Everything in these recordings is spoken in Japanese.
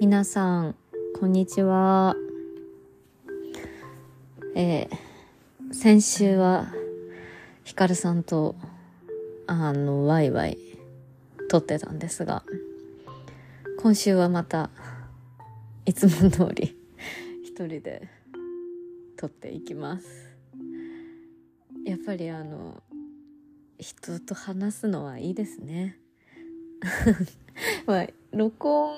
皆さんこんにちは。先週はヒカルさんとワイワイ撮ってたんですが、今週はまたいつも通り一人で撮っていきます。やっぱり人と話すのはいいですね。録音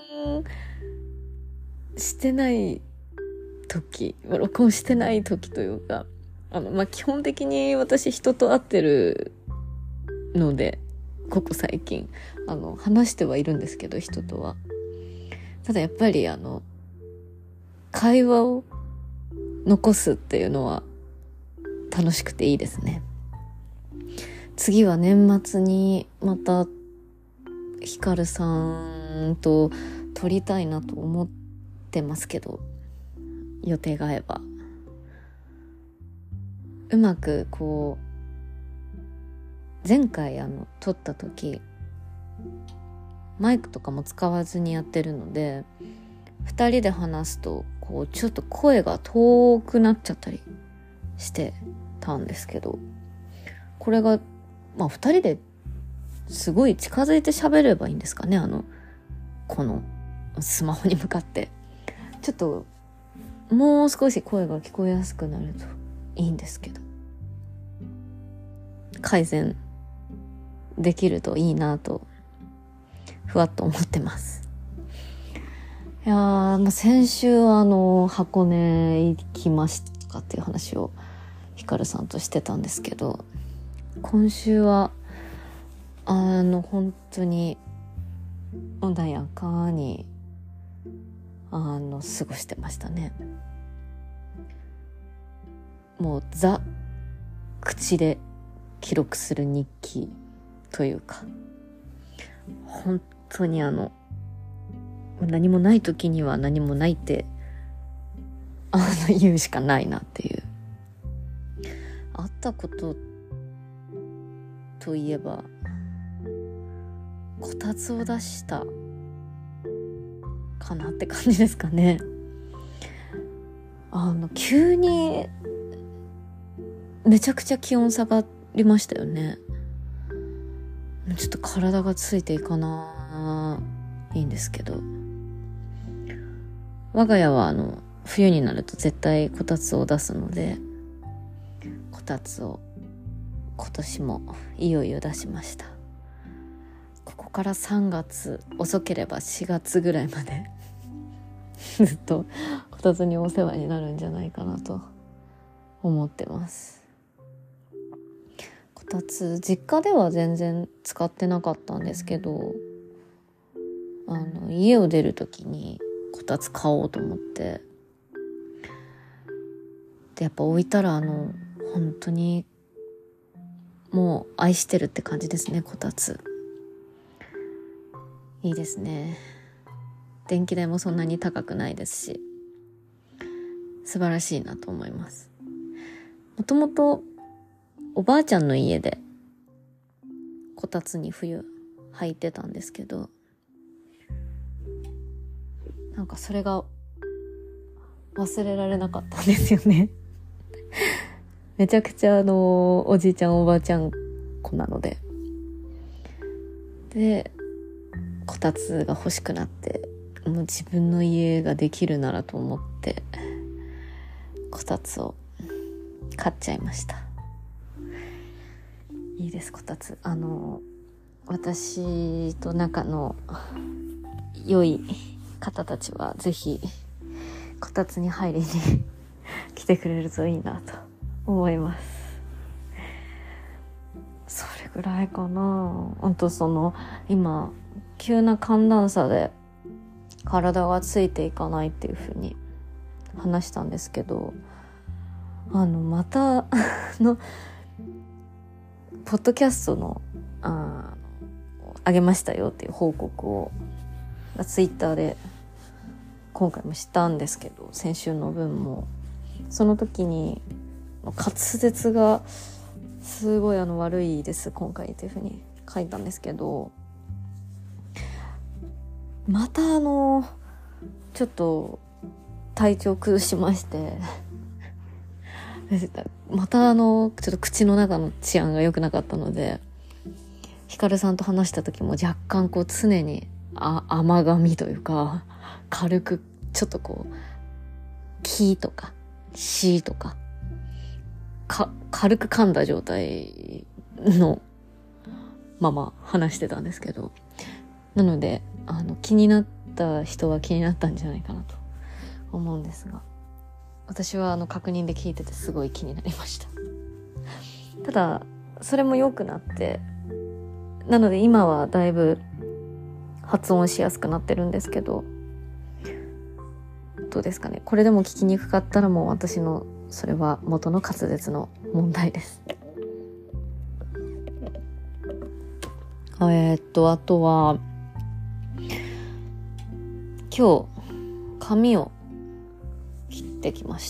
してない時というか、基本的に私人と会ってるので、ここ最近話してはいるんですけど、人とは。ただやっぱり会話を残すっていうのは楽しくていいですね。次は年末にまたヒカルさんと撮りたいなと思ってますけど、予定が合えばうまく前回撮った時マイクとかも使わずにやってるので、2人で話すとちょっと声が遠くなっちゃったりしてたんですけど、これが2人ですごい近づいて喋ればいいんですかね。このスマホに向かってちょっともう少し声が聞こえやすくなるといいんですけど、改善できるといいなとふわっと思ってます。いや先週箱根行きましたとかっていう話をヒカルさんとしてたんですけど、今週は本当に穏やかに過ごしてましたね。もう口で記録する日記というか、本当に何もない時には何もないって言うしかないなっていう。あったことといえばこたつを出したかなって感じですかね。急にめちゃくちゃ気温下がりましたよね。ちょっと体がついていかないんですけど、我が家は冬になると絶対こたつを出すので、こたつを今年もいよいよ出しました。ここから3月、遅ければ4月ぐらいまでずっとこたつにお世話になるんじゃないかなと思ってます。こたつ実家では全然使ってなかったんですけど、家を出る時にこたつ買おうと思って、でやっぱ置いたら本当にもう愛してるって感じですね。こたついいですね。電気代もそんなに高くないですし、素晴らしいなと思います。もともとおばあちゃんの家でこたつに冬履いてたんですけど、なんかそれが忘れられなかったんですよね。めちゃくちゃおじいちゃんおばあちゃん子なので、でこたつが欲しくなって、もう自分の家ができるならと思ってこたつを買っちゃいました。いいです、こたつ。私と仲の良い方たちはぜひこたつに入りに来てくれるといいなと思います。それぐらいかな。今急な寒暖差で体がついていかないっていう風に話したんですけど、またポッドキャストのあげましたよっていう報告をツイッターで今回もしたんですけど、先週の分もその時に滑舌がすごい悪いです今回っていう風に書いたんですけど、またちょっと体調崩しましてまたちょっと口の中の治安が良くなかったので、ヒカルさんと話した時も若干こう常に甘噛みというか、軽くちょっとこうキとかシとか軽く噛んだ状態のまま話してたんですけど、なので気になった人は気になったんじゃないかなと思うんですが、私は確認で聞いててすごい気になりました。ただそれも良くなって、なので今はだいぶ発音しやすくなってるんですけど、どうですかね。これでも聞きにくかったらもう私のそれは元の滑舌の問題です。あとは今日髪を切ってきました。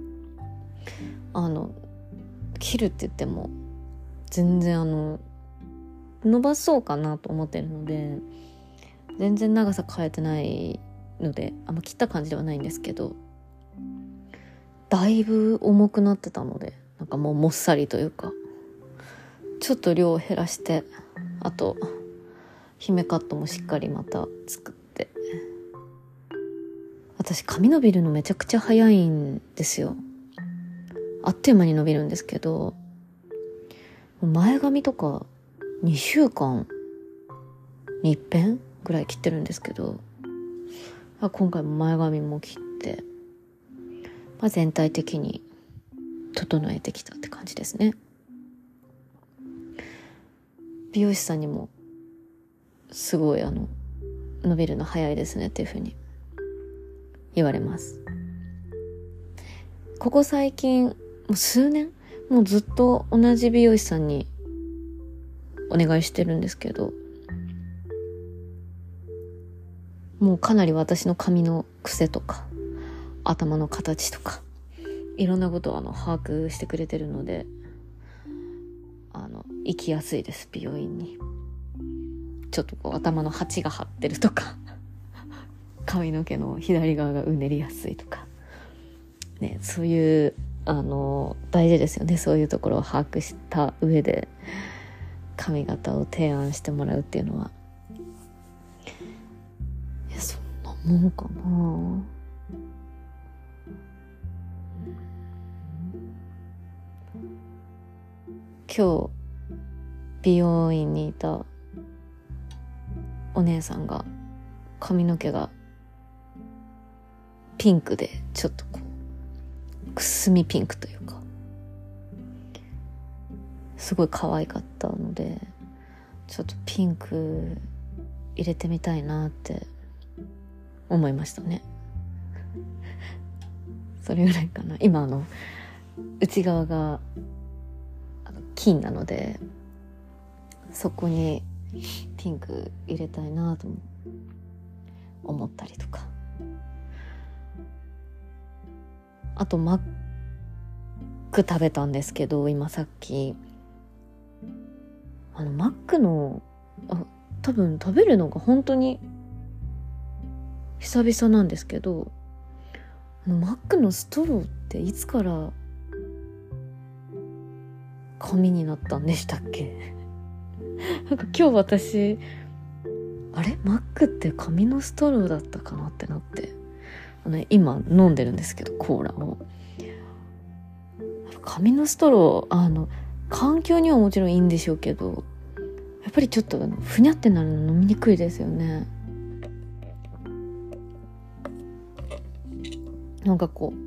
切るって言っても全然伸ばそうかなと思ってるので、全然長さ変えてないのであんま切った感じではないんですけど、だいぶ重くなってたので、なんかもうもっさりというか、ちょっと量を減らして、あと姫カットもしっかりまた作って、私髪伸びるのめちゃくちゃ早いんですよ。あっという間に伸びるんですけど、前髪とか2週間に一遍ぐらい切ってるんですけど、今回も前髪も切って、全体的に整えてきたって感じですね。美容師さんにもすごい伸びるの早いですねっていう風に言われます。ここ最近もう数年もうずっと同じ美容師さんにお願いしてるんですけど、もうかなり私の髪の癖とか頭の形とかいろんなことを把握してくれてるので、行きやすいです。美容院にちょっとこう頭の鉢が張ってるとか髪の毛の左側がうねりやすいとかね、そういう大事ですよね。そういうところを把握した上で髪型を提案してもらうっていうのは、そんなもんかな。今日美容院にいたお姉さんが髪の毛がピンクで、ちょっとこうくすみピンクというかすごい可愛かったので、ちょっとピンク入れてみたいなって思いましたね。それぐらいかな。今内側が金なので、そこにピンク入れたいなと思ったりとか、あとマック食べたんですけど、今さっきマックの多分食べるのが本当に久々なんですけど、マックのストローっていつから紙になったんでしたっけ？なんか今日私マックって紙のストローだったかなってなって、今飲んでるんですけどコーラを。紙のストロー環境にはもちろんいいんでしょうけど、やっぱりちょっとふにゃってなるの飲みにくいですよね。なんかこう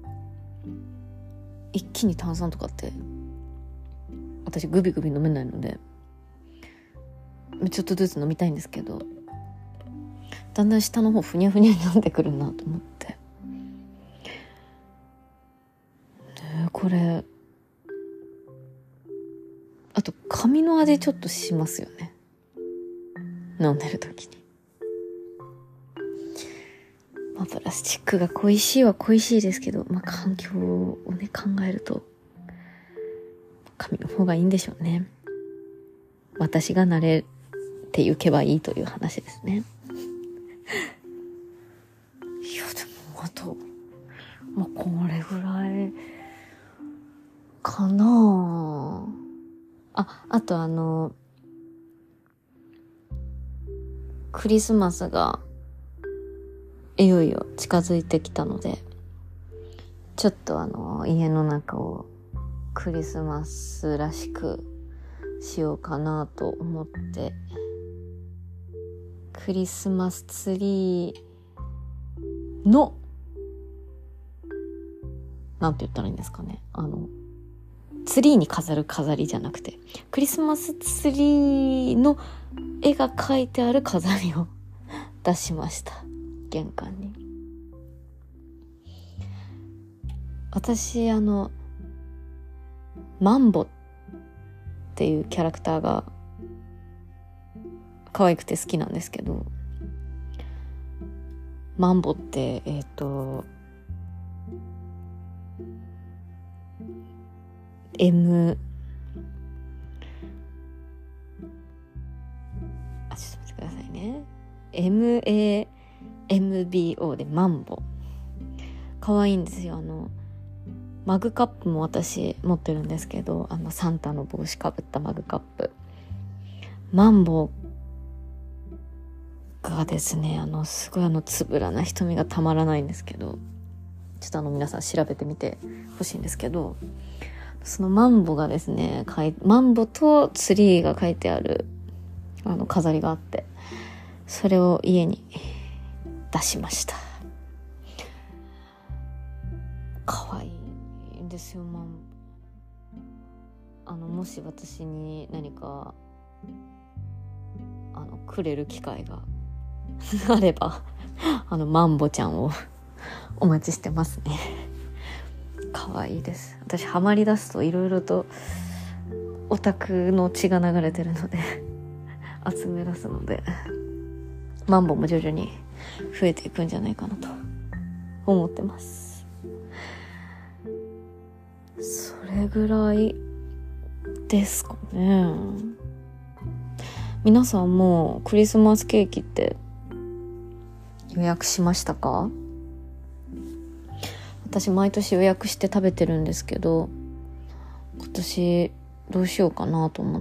一気に炭酸とかって私グビグビ飲めないので、ちょっとずつ飲みたいんですけど、だんだん下の方ふにゃふにゃになってくるなと思って、これあと髪の味ちょっとしますよね、飲んでる時に。プラスチックが恋しいは恋しいですけど、環境をね考えると紙の方がいいんでしょうね。私が慣れていけばいいという話ですね。 と、これぐらいかなあとクリスマスがいよいよ近づいてきたので、ちょっと家の中をクリスマスらしくしようかなと思って、クリスマスツリーのなんて言ったらいいんですかね、ツリーに飾る飾りじゃなくて、クリスマスツリーの絵が描いてある飾りを出しました、玄関に。私マンボっていうキャラクターが可愛くて好きなんですけど、マンボってM ちょっと待ってくださいね。 MAMBO でマンボ、可愛いんですよ。マグカップも私持ってるんですけど、サンタの帽子かぶったマグカップ、マンボがですね、すごいつぶらな瞳がたまらないんですけど、ちょっと皆さん調べてみてほしいんですけど、そのマンボがですね、マンボとツリーが書いてある飾りがあって、それを家に出しました。可愛いんですよ、マンボ。もし私に何かくれる機会があればマンボちゃんをお待ちしてますね。可愛いです。私ハマり出すといろいろとオタクの血が流れてるので集め出すので、マンボも徐々に増えていくんじゃないかなと思ってます。それぐらいですかね。皆さんもクリスマスケーキって予約しましたか？私毎年予約して食べてるんですけど、今年どうしようかなと思って、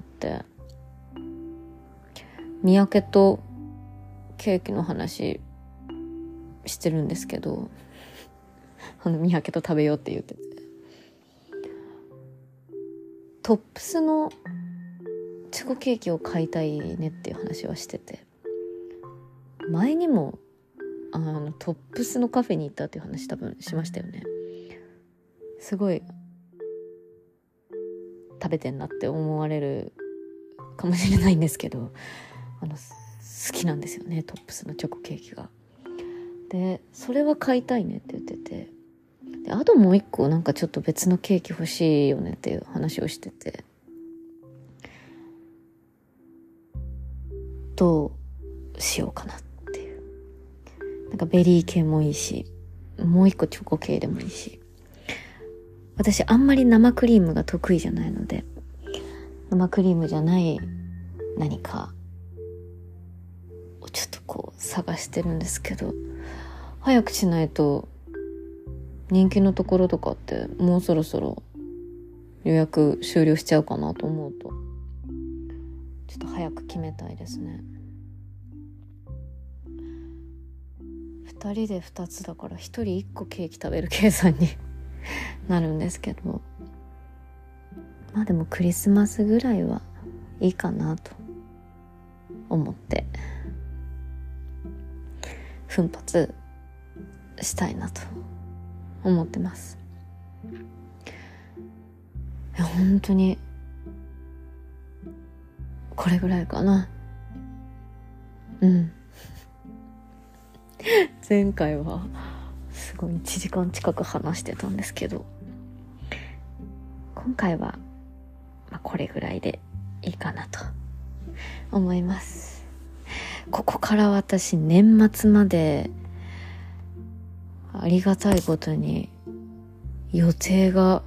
三宅とケーキの話してるんですけど、三宅と食べようって言ってて、トップスのチョコケーキを買いたいねっていう話はしてて、前にもトップスのカフェに行ったっていう話多分しましたよね。すごい食べてんなって思われるかもしれないんですけど、好きなんですよね、トップスのチョコケーキが。でそれは買いたいねって言ってて、であともう一個なんかちょっと別のケーキ欲しいよねっていう話をしてて、どうしようかなっていう。なんかベリー系もいいし、もう一個チョコ系でもいいし、私あんまり生クリームが得意じゃないので、生クリームじゃない何かをちょっとこう探してるんですけど、早くしないと人気のところとかってもうそろそろ予約終了しちゃうかなと思うと、ちょっと早く決めたいですね。2人で2つだから1人1個ケーキ食べる計算になるんですけど、まあでもクリスマスぐらいはいいかなと思って奮発したいなと思ってます。本当にこれぐらいかな。前回はすごい1時間近く話してたんですけど、今回はこれぐらいでいいかなと思います。ここから私年末までありがたいことに予定が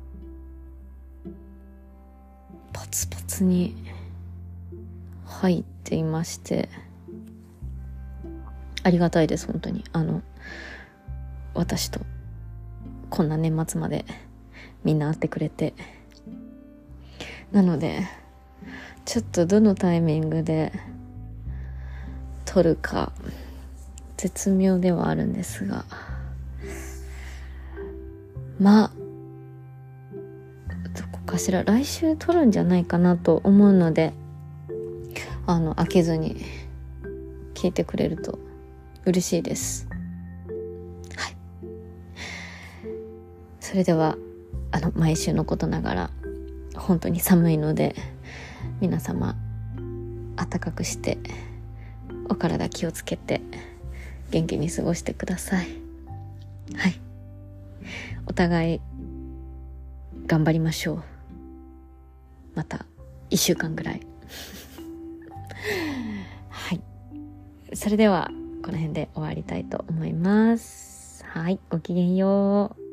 パツパツに入っていまして、ありがたいです本当に。 私とこんな年末までみんな会ってくれて。なのでちょっとどのタイミングで撮るか絶妙ではあるんですが、まあどこかしら来週撮るんじゃないかなと思うので、飽きずに聞いてくれると嬉しいです。はい。それでは毎週のことながら本当に寒いので、皆様暖かくしてお体気をつけて元気に過ごしてください。はい。お互い頑張りましょう。また1週間ぐらいはい。それではこの辺で終わりたいと思います。はい、ごきげんよう。